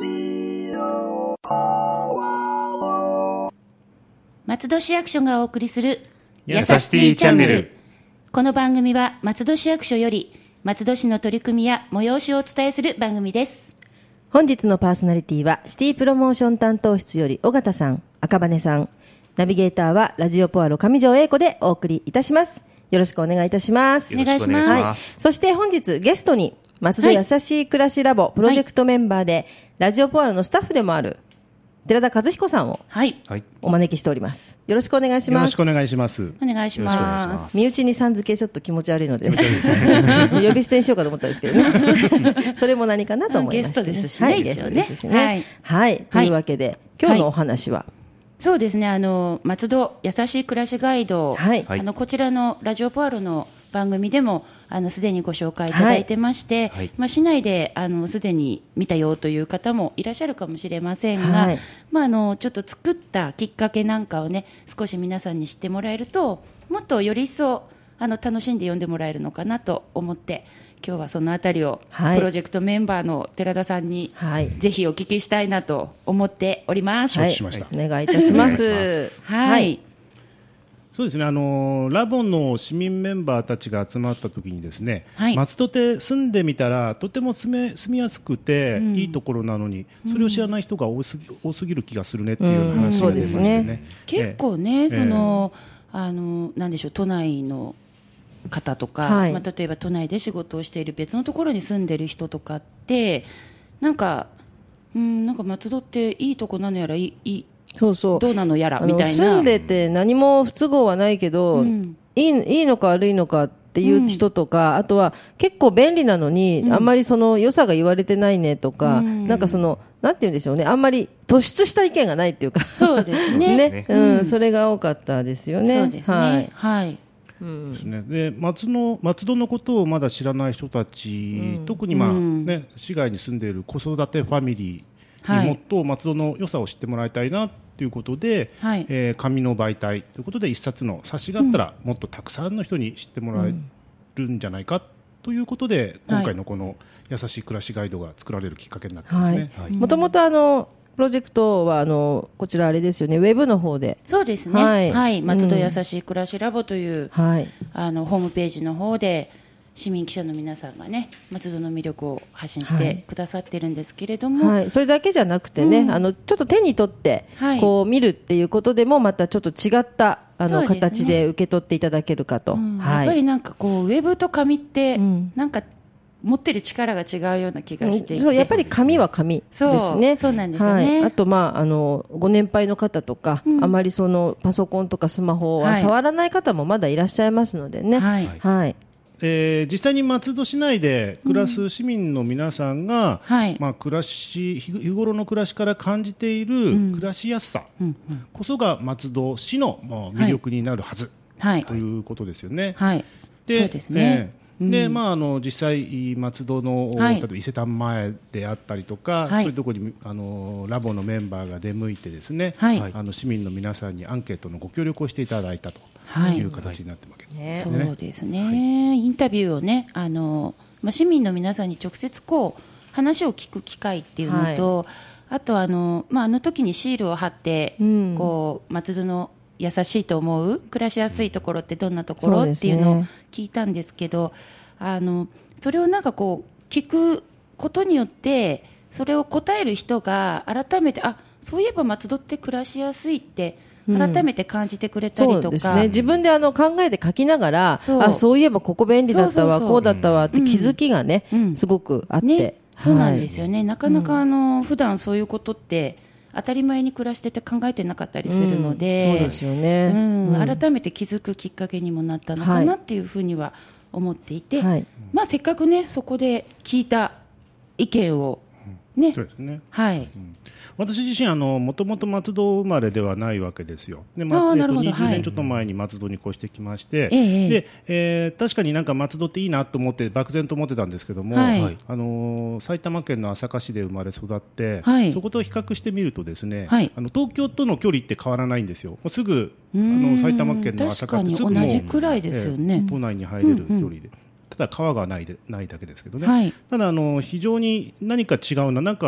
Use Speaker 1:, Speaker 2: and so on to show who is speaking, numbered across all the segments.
Speaker 1: 松戸市役所がお送りする
Speaker 2: やさしティチャンネル。
Speaker 1: この番組は松戸市役所より松戸市の取り組みや催しをお伝えする番組です。
Speaker 3: 本日のパーソナリティはシティプロモーション担当室より尾形さん、赤羽さん、ナビゲーターはラジオポアロ上条英子でお送りいたします。よろしくお願いいたします。
Speaker 1: お願いします。
Speaker 3: はい、そして本日ゲストに松戸やさしい暮らしラボプロジェクトメンバーで、ラジオポアロのスタッフでもある寺田和彦さんをお招きしております。よろしくお願いします。
Speaker 2: よろしくお願いします。
Speaker 1: お願いします。
Speaker 3: 身内にさん付けちょっと気持ち悪いので、ね、呼び捨てにしようかと思ったんですけどねそれも何かなと思いまして、ね、
Speaker 1: ゲストですしね、
Speaker 3: はい、ゲストですしね、はい、というわけで、今日のお話は、
Speaker 1: そうですね、松戸やさしい暮らしガイド、こちらのラジオポアロの番組でもすでにご紹介いただいてまして、市内ですでに見たよという方もいらっしゃるかもしれませんが、ちょっと作ったきっかけなんかをね、少し皆さんに知ってもらえると、もっとより一層楽しんで読んでもらえるのかなと思って、今日はそのあたりをプロジェクトメンバーの寺田さんにぜひお聞きしたいなと思っております。
Speaker 3: お願いいたします。
Speaker 2: そうですね、ラボの市民メンバーたちが集まった時にですね、松戸って住んでみたらとても住みやすくて、いいところなのに、それを知らない人が多すぎる気がするねっていうような話が出ましてね、
Speaker 1: 結構ね、なんでしょう、都内の方とか、例えば都内で仕事をしている別のところに住んでいる人とかって、なんか松戸っていいとこなのやらどうなのやらみたいな、
Speaker 3: 住んでて何も不都合はないけど、いいのか悪いのかっていう人とか、あとは結構便利なのに、あんまりその良さが言われてないねとか、なんかなんて言うんでしょうね、あんまり突出した意見がないっていうか、
Speaker 1: そうですね
Speaker 3: それが多かったですよね。
Speaker 1: そうですね、
Speaker 2: ですね。で、松戸のことをまだ知らない人たち、特に市外に住んでいる子育てファミリーにもっと松戸の良さを知ってもらいたいなということで、紙の媒体ということで一冊の冊子があったら、もっとたくさんの人に知ってもらえるんじゃないかということで、今回のこの優しい暮らしガイドが作られるきっかけになってますね。
Speaker 3: もともとプロジェクトはこちらあれですよね、ウェブの方で。
Speaker 1: そうですね、松戸やさしい暮らしラボという、ホームページの方で市民記者の皆さんがね、松戸の魅力を発信してくださってるんですけれども、
Speaker 3: それだけじゃなくてね、ちょっと手に取ってこう見るっていうことでもまたちょっと違った形で受け取っていただけるかと、
Speaker 1: やっぱりなんかこうウェブと紙って、なんか持ってる力が違うような気がしていて、
Speaker 3: やっぱり紙は紙ですね。
Speaker 1: そうなんですよね。
Speaker 3: あとご年配の方とか、あまりパソコンとかスマホは触らない方もまだいらっしゃいますのでね。
Speaker 2: 実際に松戸市内で暮らす市民の皆さんが、日頃の暮らしから感じている暮らしやすさこそが松戸市の魅力になるはず、ということですよね。
Speaker 1: そうですね。
Speaker 2: で実際松戸の、例えば伊勢丹前であったりとか、そういうところにラボのメンバーが出向いてですね、市民の皆さんにアンケートのご協力をしていただいたという形になっているわけですね。
Speaker 1: そうですね、インタビューをね、市民の皆さんに直接こう話を聞く機会っていうのと、あとあの時にシールを貼って、こう松戸の優しいと思う暮らしやすいところってどんなところ、っていうのを聞いたんですけど、それをなんかこう聞くことによってそれを答える人が改めてそういえば松戸って暮らしやすいって改めて感じてくれたりとか、
Speaker 3: そうですね、自分で考えて書きながらそういえばここ便利だったわこうだったわって気づきがね、すごくあって、
Speaker 1: そうなんですよね。なかなか普段そういうことって当たり前に暮らしてて考えてなかったりするので、
Speaker 3: そうですよね、
Speaker 1: 改めて気づくきっかけにもなったのかなっていうふうには思っていて、せっかくねそこで聞いた意見をね、
Speaker 2: そうですね、私自身もともと松戸生まれではないわけですよ。で、20年ちょっと前に松戸に越してきまして、で確かになんか松戸っていいなと思って漠然と思ってたんですけども、埼玉県の朝霞市で生まれ育って、そこと比較してみるとですね、東京との距離って変わらないんですよ。もうすぐ埼玉県の朝霞ってすぐもう
Speaker 1: 同じくらいですよね、
Speaker 2: 都内に入れる距離で、ただ川がないだけですけどね、ただ非常に何か違うな、なんか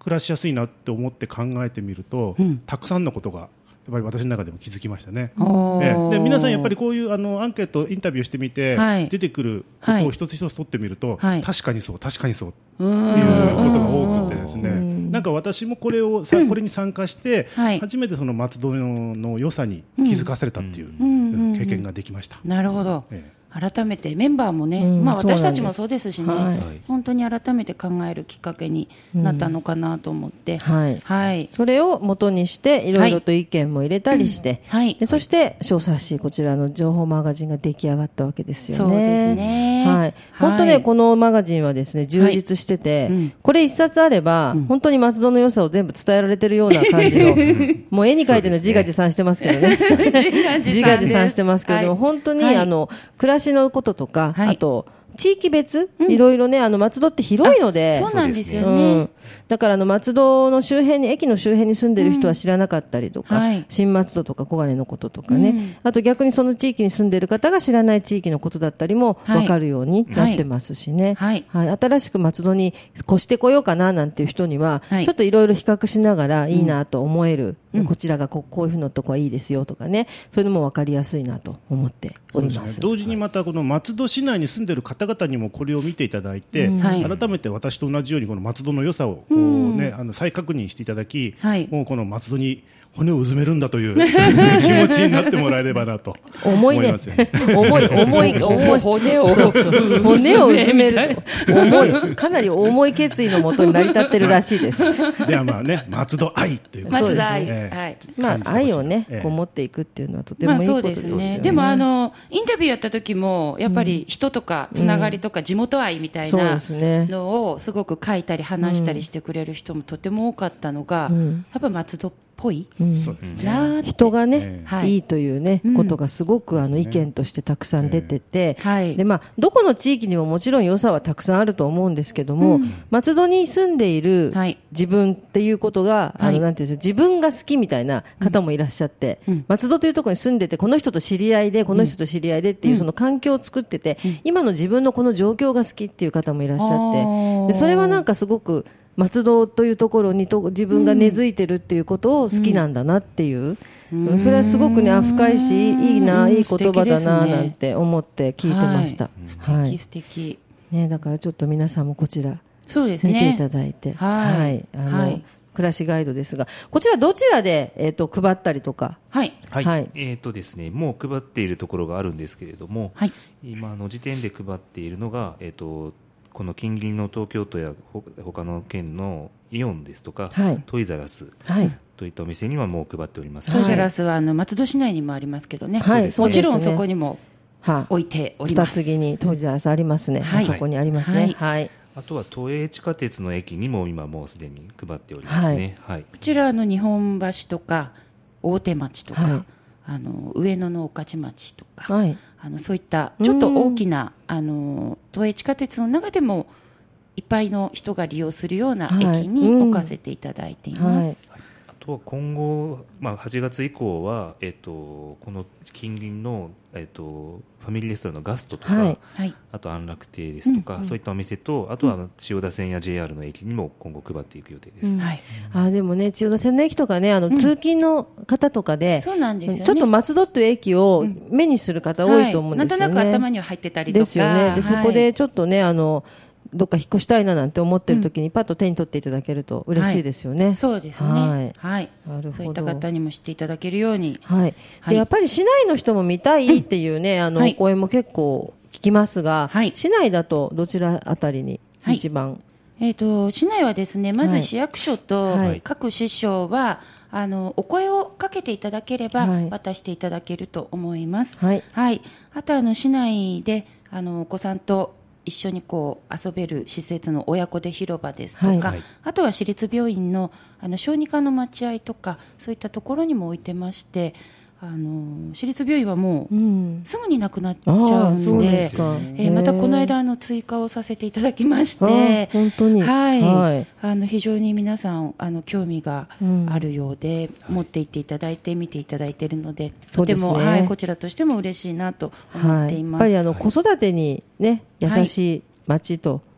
Speaker 2: 暮らしやすいなって思って考えてみると、たくさんのことがやっぱり私の中でも気づきましたね。で皆さんやっぱりこういうアンケートインタビューしてみて、出てくることを一つ一つ取ってみると、確かにそう確かにそうっていうことが多くてですね、なんか私もこれに参加して、初めてその松戸の良さに気づかされたっていう経験ができました。
Speaker 1: なるほど。改めてメンバーもね、私たちもそうですしね、本当に改めて考えるきっかけになったのかなと思って、
Speaker 3: それを元にしていろいろと意見も入れたりして、でそして小冊子こちらの情報マガジンが出来上がったわけですよね。
Speaker 1: そうですね。
Speaker 3: 本当ね、このマガジンはですね充実してて、これ一冊あれば、本当に松戸の良さを全部伝えられてるような感じのもう絵に描いてるの自画自賛してますけどね自画自賛してますけども、本当に暮らしのこととか、あと地域別、いろいろね、松戸って広いので、
Speaker 1: そうなんですよね。
Speaker 3: だから松戸の周辺に、駅の周辺に住んでる人は知らなかったりとか、新松戸とか小金のこととかね、あと逆にその地域に住んでる方が知らない地域のことだったりも分かるようになってますしね、新しく松戸に越してこようかななんていう人には、ちょっといろいろ比較しながらいいなと思える、こちらがこういうふうなとこはいいですよとかね、そういうのも分かりやすいなと思っております。
Speaker 2: 同時にまたこの松戸市内に住んでる方々にもこれを見ていただいて、改めて私と同じようにこの松戸の良さを再確認していただき、もうこの松戸に骨をうずめるんだという気持ちになってもらえればなと思いますよね。
Speaker 3: 重い骨をうずめるかなり重い決意のもとに成り立ってるらしいです。
Speaker 2: ではまあね、松戸愛ということですね。
Speaker 3: 愛をねこう持っていくっていうのはとてもいいことですね。
Speaker 1: でもインタビューやった時もやっぱり人とかつながりとか地元愛みたいなのをすごく書いたり話したりしてくれる人もとても多かったのが、やっぱ松戸ぽい、
Speaker 3: 人がね、いいというね、ことがすごく意見としてたくさん出てて、でどこの地域にももちろん良さはたくさんあると思うんですけども、松戸に住んでいる自分っていうことが、なんていうんでしょう、自分が好きみたいな方もいらっしゃって、松戸というところに住んでてこの人と知り合いでこの人と知り合いでっていうその環境を作ってて、今の自分のこの状況が好きっていう方もいらっしゃって、でそれはなんかすごく松戸というところに自分が根付いてるっていうことを好きなんだなっていう、それはすごくね深いしいいな、いい言葉だななんて思って聞いてました。
Speaker 1: 素敵
Speaker 3: ね、だからちょっと皆さんもこちら見
Speaker 1: そうですね
Speaker 3: ていただいて、暮らしガイドですが、こちらどちらで配ったりとか。
Speaker 4: ですね、もう配っているところがあるんですけれども、今の時点で配っているのがこの近隣の東京都や他の県のイオンですとか、トイザラスといったお店にはもう配っております。
Speaker 1: トイザラスは松戸市内にもありますけどね、もちろんそこにも置いております。
Speaker 3: 二つにトイザラスありますね、そこにありますね。
Speaker 4: あとは都営地下鉄の駅にも今もうすでに配っておりますね。こ
Speaker 1: ちら日本橋とか大手町とか、上野の御徒町とか、そういったちょっと大きな都営地下鉄の中でもいっぱいの人が利用するような駅に置かせていただいています。
Speaker 4: あとは今後、8月以降は、この近隣の、ファミリーレストランのガストとか、あと安楽亭ですとか、そういったお店と、あとは千代田線や JR の駅にも今後配っていく予定です。
Speaker 3: でもね、千代田線の駅とかね、通勤の方とかで、
Speaker 1: そうなんですよね、
Speaker 3: ちょっと松戸という駅を目にする方多いと思うんですよね。
Speaker 1: なんとなく頭には入ってたりとか
Speaker 3: ですよね。でそこでちょっとねどっか引っ越したいななんて思ってる時にパッと手に取っていただけると嬉しいですよね。
Speaker 1: そうですね。そういった方にも知っていただけるように。
Speaker 3: でやっぱり市内の人も見たいっていうねお声も結構聞きますが、市内だとどちらあたりに一番？
Speaker 1: 市内はですね、まず市役所と各支所はお声をかけていただければ渡していただけると思います。あと市内でお子さんと一緒に遊べる施設の親子で広場ですとか、あとは市立病院の小児科の待合とかそういったところにも置いてまして、市立病院はもうすぐになくなっちゃうんで、またこの間追加をさせていただきまして、
Speaker 3: 本当に
Speaker 1: 非常に皆さん興味があるようで、持って行っていただいて見ていただいているので、とても、こちらとしても嬉しいなと思っています。
Speaker 3: やっぱり子育てにね優しい町と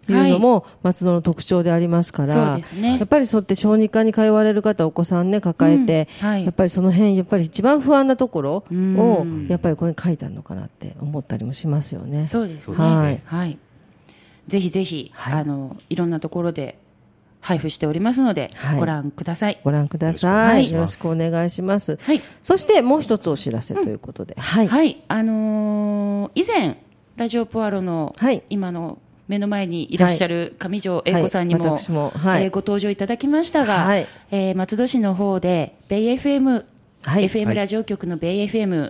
Speaker 3: いうのも松戸の特徴でありますから、
Speaker 1: そうですね、
Speaker 3: やっぱりそうやって小児科に通われる方、お子さんね抱えて、やっぱりその辺やっぱり一番不安なところをやっぱりここに書いてあるのかなって思ったりもしますよね。
Speaker 1: そうですね、はい、ぜひぜひ、いろんなところで配布しておりますので、ご覧ください。
Speaker 3: ご覧ください。よろしくお願いします。そしてもう一つお知らせということで、
Speaker 1: 以前ラジオポアロの今の目の前にいらっしゃる上条英子さんにも、ご登場いただきましたが、松戸市の方でベイ FM FM ラジオ局のベイ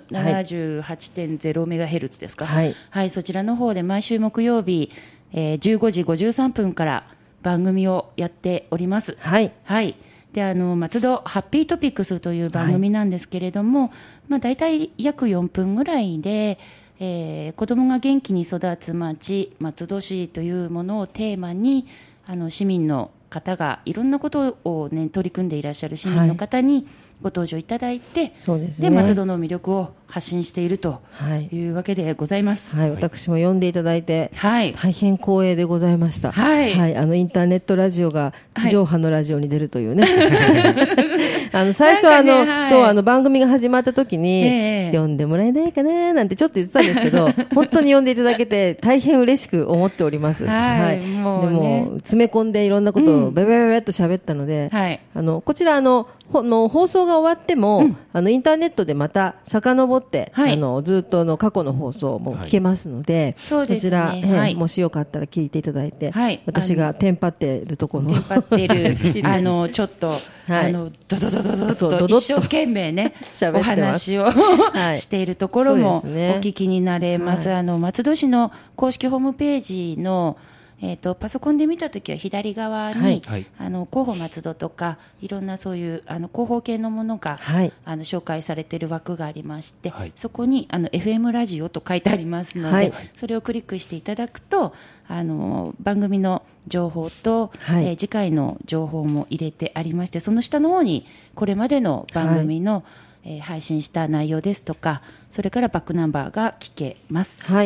Speaker 1: FM78.0 メガヘルツですか、そちらの方で毎週木曜日、15時53分から番組をやっております。で松戸ハッピートピックスという番組なんですけれども、だいたい約4分ぐらいで、子どもが元気に育つ町松戸市というものをテーマに市民の方がいろんなことを、取り組んでいらっしゃる市民の方にご登場いただいて、で松戸の魅力を発信しているというわけでございます。
Speaker 3: 私も呼んでいただいて、大変光栄でございました。インターネットラジオが地上波のラジオに出るというね、最初は番組が始まった時に、呼んでもらえないかななんてちょっと言ってたんですけど本当に呼んでいただけて大変嬉しく思っております。でも詰め込んでいろんなことをベベベベっと喋ったので、こちら放送が終わっても、インターネットでまた遡って、ずっと過去の放送も聞けますので、そちら、もしよかったら聞いていただいて、私がテンパっているところをちょ
Speaker 1: っとドドドドドッと一生懸命ねお話をしているところもお聞きになれます。松戸市の公式ホームページのパソコンで見たときは左側に、広報松戸とかいろんなそういう広報系のものが、紹介されている枠がありまして、そこにFM ラジオと書いてありますので、それをクリックしていただくと番組の情報と、次回の情報も入れてありまして、その下の方にこれまでの番組の、配信した内容ですとか、それからバックナンバーが聞けます。もう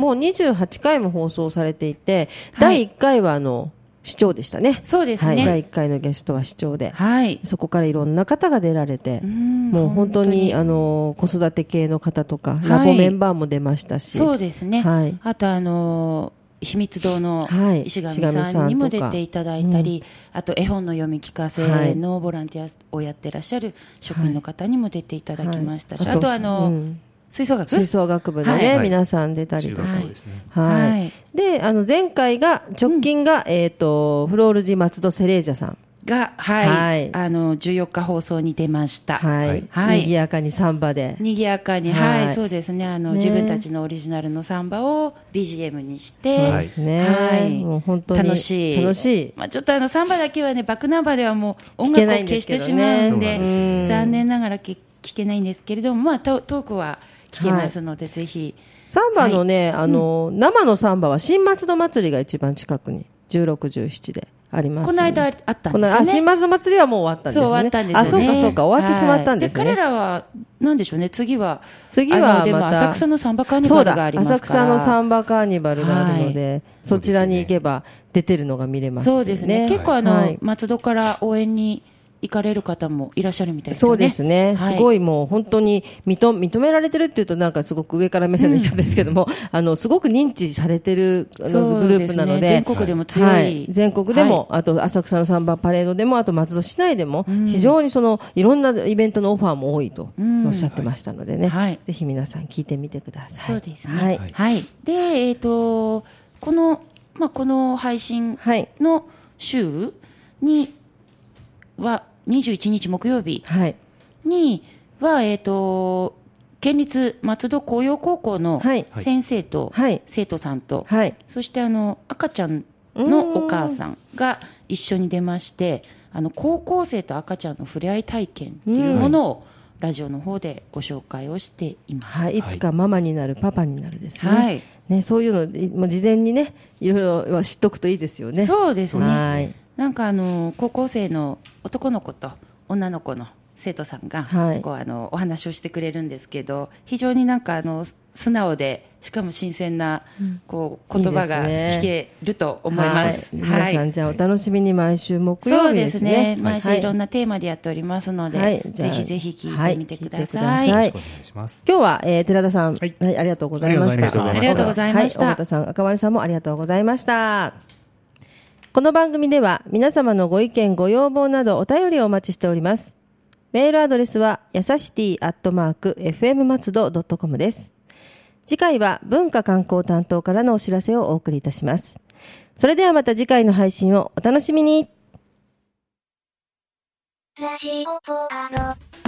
Speaker 3: 28回も放送されていて、第1回は市長でしたね。
Speaker 1: そうですね、
Speaker 3: 第1回のゲストは市長で、そこからいろんな方が出られて、もう本当に子育て系の方とか、ラボメンバーも出ましたし、
Speaker 1: そうですね、あと秘密堂の石上さんにも出ていただいたり、あと絵本の読み聞かせのボランティアをやってらっしゃる職員の方にも出ていただきましたし、あと吹奏楽部のね、皆さん出たりとか、で前回が直近がフロールジ松戸セレージャさんが、14日放送に出ました。
Speaker 3: 賑やかにサンバで。
Speaker 1: 賑やかに、そうですね。自分たちのオリジナルのサンバを BGM にして、
Speaker 3: そうですね。もう本当に
Speaker 1: 楽しい。ちょっとサンバだけはね、バックナンバーではもう音楽を消してしまうんで、残念ながら聞けないんですけれども、トークは聞けますので、ぜひ。
Speaker 3: サンバのね、生のサンバは新松戸祭りが一番近くに、16、17で。あります。
Speaker 1: この間あったんですね。
Speaker 3: 新松戸祭りはもう終わったんですね。
Speaker 1: そう終わったんですよね。
Speaker 3: そうか終わってしまったんですね。
Speaker 1: 彼らはなんでしょうね。次は
Speaker 3: で
Speaker 1: も浅草のサンバカーニバルがありますから。
Speaker 3: 浅草のサンバカーニバルがあるので、そちらに行けば出てるのが見れます。
Speaker 1: そうですね。結構松戸から応援に行かれる方もいらっしゃるみたいですね。
Speaker 3: そうですね、すごいもう本当に認められてるっていうとなんかすごく上から目線の言い方ですけども、すごく認知されてるグループなので、
Speaker 1: 全国でも強い、
Speaker 3: 全国でも、あと浅草のサンバパレードでも、あと松戸市内でも非常にいろんなイベントのオファーも多いとおっしゃってましたのでね、ぜひ皆さん聞いてみてください。
Speaker 1: そうですね。でこの配信の週には21日木曜日には、県立松戸紅葉高校の先生と生徒さんと、そして赤ちゃんのお母さんが一緒に出まして、高校生と赤ちゃんの触れ合い体験っていうものをラジオの方でご紹介をしています。
Speaker 3: いつかママになるパパになるですね。そういうのも事前にねいろいろ知っとくといいですよね。
Speaker 1: そうですね。なんか高校生の男の子と女の子の生徒さんが、お話をしてくれるんですけど、非常になんか素直でしかも新鮮なこう言葉が聞けると思います。
Speaker 3: いいですね。はい、皆さんじゃあお楽しみに毎週木曜日ですね。そうですね。
Speaker 1: 毎週いろんなテーマでやっておりますので、はい、ぜひぜひ聞いてみてください。よろしくお願いします。
Speaker 3: 今日は、寺田さん、はい、ありがとうございました。
Speaker 1: ありがとうございました。
Speaker 3: 尾形さん、赤丸さんもありがとうございました。この番組では皆様のご意見ご要望などお便りをお待ちしております。メールアドレスはやさしティ@fm松戸.com です。次回は文化観光担当からのお知らせをお送りいたします。それではまた次回の配信をお楽しみに。ラジオポアロ